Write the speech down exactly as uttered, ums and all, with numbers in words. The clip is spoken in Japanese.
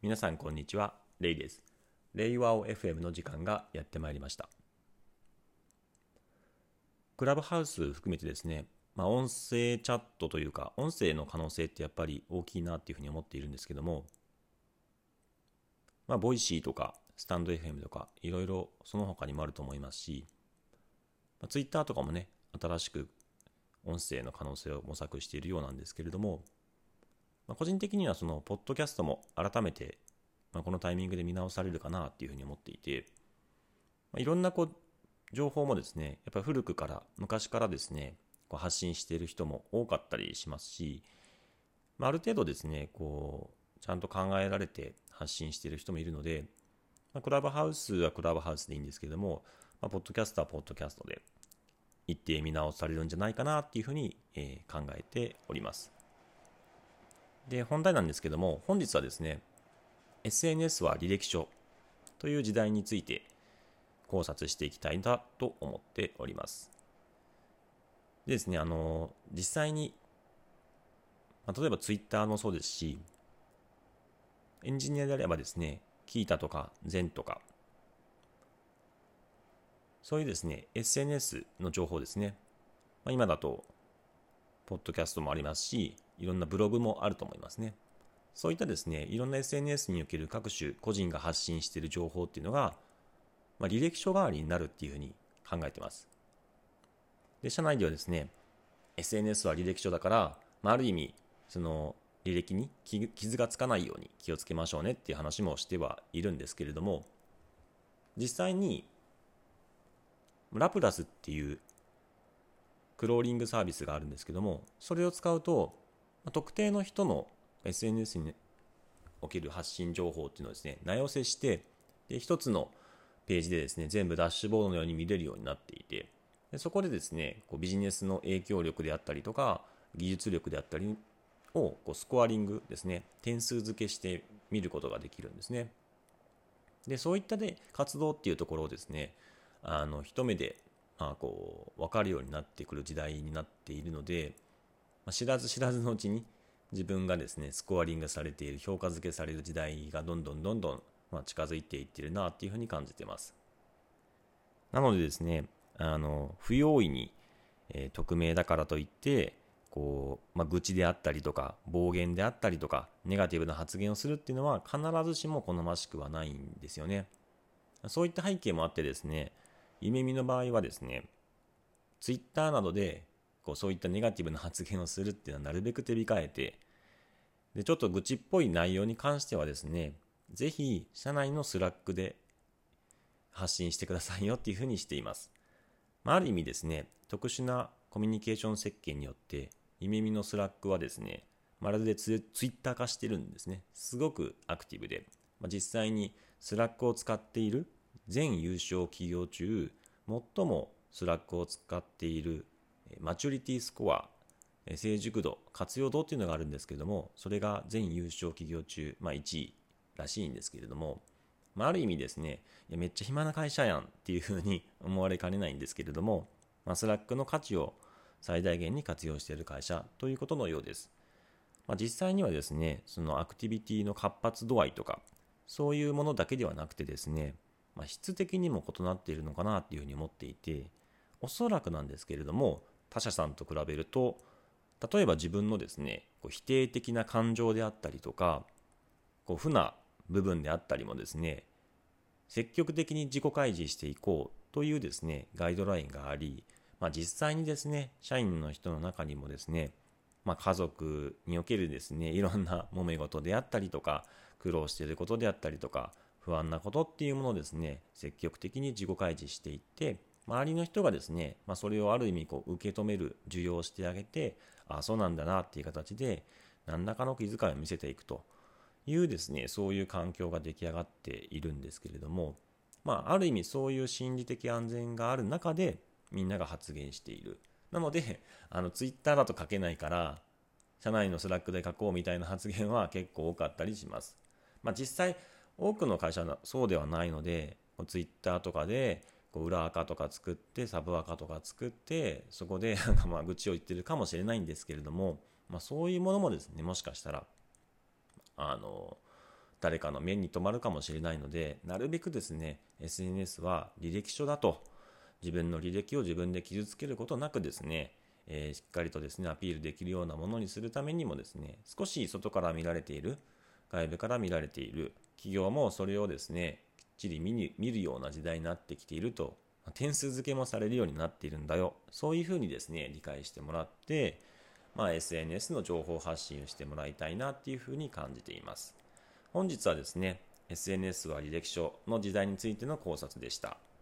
皆さんこんにちは、レイです。レイワオ エフエム の時間がやってまいりました。クラブハウス含めてですね、まあ、音声チャットというか、音声の可能性ってやっぱり大きいなっていうふうに思っているんですけども、まあ、ボイシーとか、スタンド エフエム とか、いろいろその他にもあると思いますし、まあ、Twitter とかもね、新しく音声の可能性を模索しているようなんですけれども、まあ、個人的にはそのポッドキャストも改めて、まあ、このタイミングで見直されるかなっていうふうに思っていて、まあ、いろんなこう情報もですね、やっぱり古くから昔からですね、こう発信している人も多かったりしますし、まあ、ある程度ですね、こうちゃんと考えられて発信している人もいるので、まあ、クラブハウスはクラブハウスでいいんですけども、まあ、ポッドキャストはポッドキャストで一定見直されるんじゃないかなっていうふうに、えー、考えております。で、本題なんですけども、本日はですね、エスエヌエス は履歴書という時代について考察していきたいなと思っております。でですね、あの、実際に、まあ、例えば Twitter もそうですし、エンジニアであればですね、キータとかゼンとか、そういうですね、エスエヌエス の情報ですね、まあ、今だと、ポッドキャストもありますし、いろんなブログもあると思いますね。そういったですね、いろんな エスエヌエス における各種個人が発信している情報っていうのが、まあ、履歴書代わりになるっていうふうに考えています。で、社内ではですね、エスエヌエス は履歴書だから、まあ、ある意味、その履歴に傷がつかないように気をつけましょうねっていう話もしてはいるんですけれども、実際に、ラプラスっていうクローリングサービスがあるんですけども、それを使うと、特定の人の エスエヌエス における発信情報っていうのをですね、名寄せして、で、一つのページでですね、全部ダッシュボードのように見れるようになっていて、でそこでですね、こうビジネスの影響力であったりとか、技術力であったりをこうスコアリングですね、点数付けして見ることができるんですね。で、そういったで活動っていうところをですね、あの一目で、まあ、こう分かるようになってくる時代になっているので、まあ、知らず知らずのうちに自分がですね、スコアリングされている、評価付けされる時代がどんどんどんどん、まあ、近づいていっているなっていうふうに感じています。なのでですね、あの不用意に、えー、匿名だからといってこう、まあ、愚痴であったりとか暴言であったりとかネガティブな発言をするっていうのは必ずしも好ましくはないんですよね。そういった背景もあってですね、夢見の場合はですね、ツイッターなどでこうそういったネガティブな発言をするっていうのはなるべく手控えて、でちょっと愚痴っぽい内容に関してはですね、ぜひ社内のスラックで発信してくださいよっていうふうにしています。まあ、ある意味ですね、特殊なコミュニケーション設計によって、夢見のスラックはですね、まるでツイッター化してるんですね。すごくアクティブで、まあ、実際にスラックを使っている全優勝企業中、最もスラックを使っているマチュリティスコア、成熟度、活用度っていうのがあるんですけれども、それが全優勝企業中、まあ、いちいらしいんですけれども、まあ、ある意味ですね、いやめっちゃ暇な会社やんっていうふうに思われかねないんですけれども、まあ、スラックの価値を最大限に活用している会社ということのようです。まあ、実際にはですね、そのアクティビティの活発度合いとか、そういうものだけではなくてですね、まあ、質的にも異なっているのかなっていうふうに思っていて、おそらくなんですけれども、他社さんと比べると、例えば自分のですね、こう否定的な感情であったりとか、こう負な部分であったりもですね、積極的に自己開示していこうというですね、ガイドラインがあり、まあ、実際にですね、社員の人の中にもですね、まあ、家族におけるですね、いろんな揉め事であったりとか、苦労していることであったりとか、不安なことっていうものをですね、積極的に自己開示していって、周りの人がですね、まあ、それをある意味こう受け止める、受容してあげて、ああ、そうなんだなっていう形で、何らかの気遣いを見せていくというですね、そういう環境が出来上がっているんですけれども、まあ、ある意味そういう心理的安全がある中でみんなが発言している。なので、あのツイッターだと書けないから、社内のスラックで書こうみたいな発言は結構多かったりします。まあ、実際、多くの会社はそうではないので、ツイッターとかでこう裏垢とか作って、サブ垢とか作って、そこでなんかまあ愚痴を言ってるかもしれないんですけれども、まあ、そういうものもですね、もしかしたら、あの、 誰かの目に留まるかもしれないので、なるべくですね、エスエヌエス は履歴書だと、自分の履歴を自分で傷つけることなくですね、えー、しっかりとですね、アピールできるようなものにするためにもですね、少し外から見られている、外部から見られている企業もそれをですね、きっちり見に見るような時代になってきていると、点数付けもされるようになっているんだよ。そういうふうにですね、理解してもらって、まあ、エスエヌエス の情報発信をしてもらいたいなっていうふうに感じています。本日はですね、エスエヌエス は履歴書の時代についての考察でした。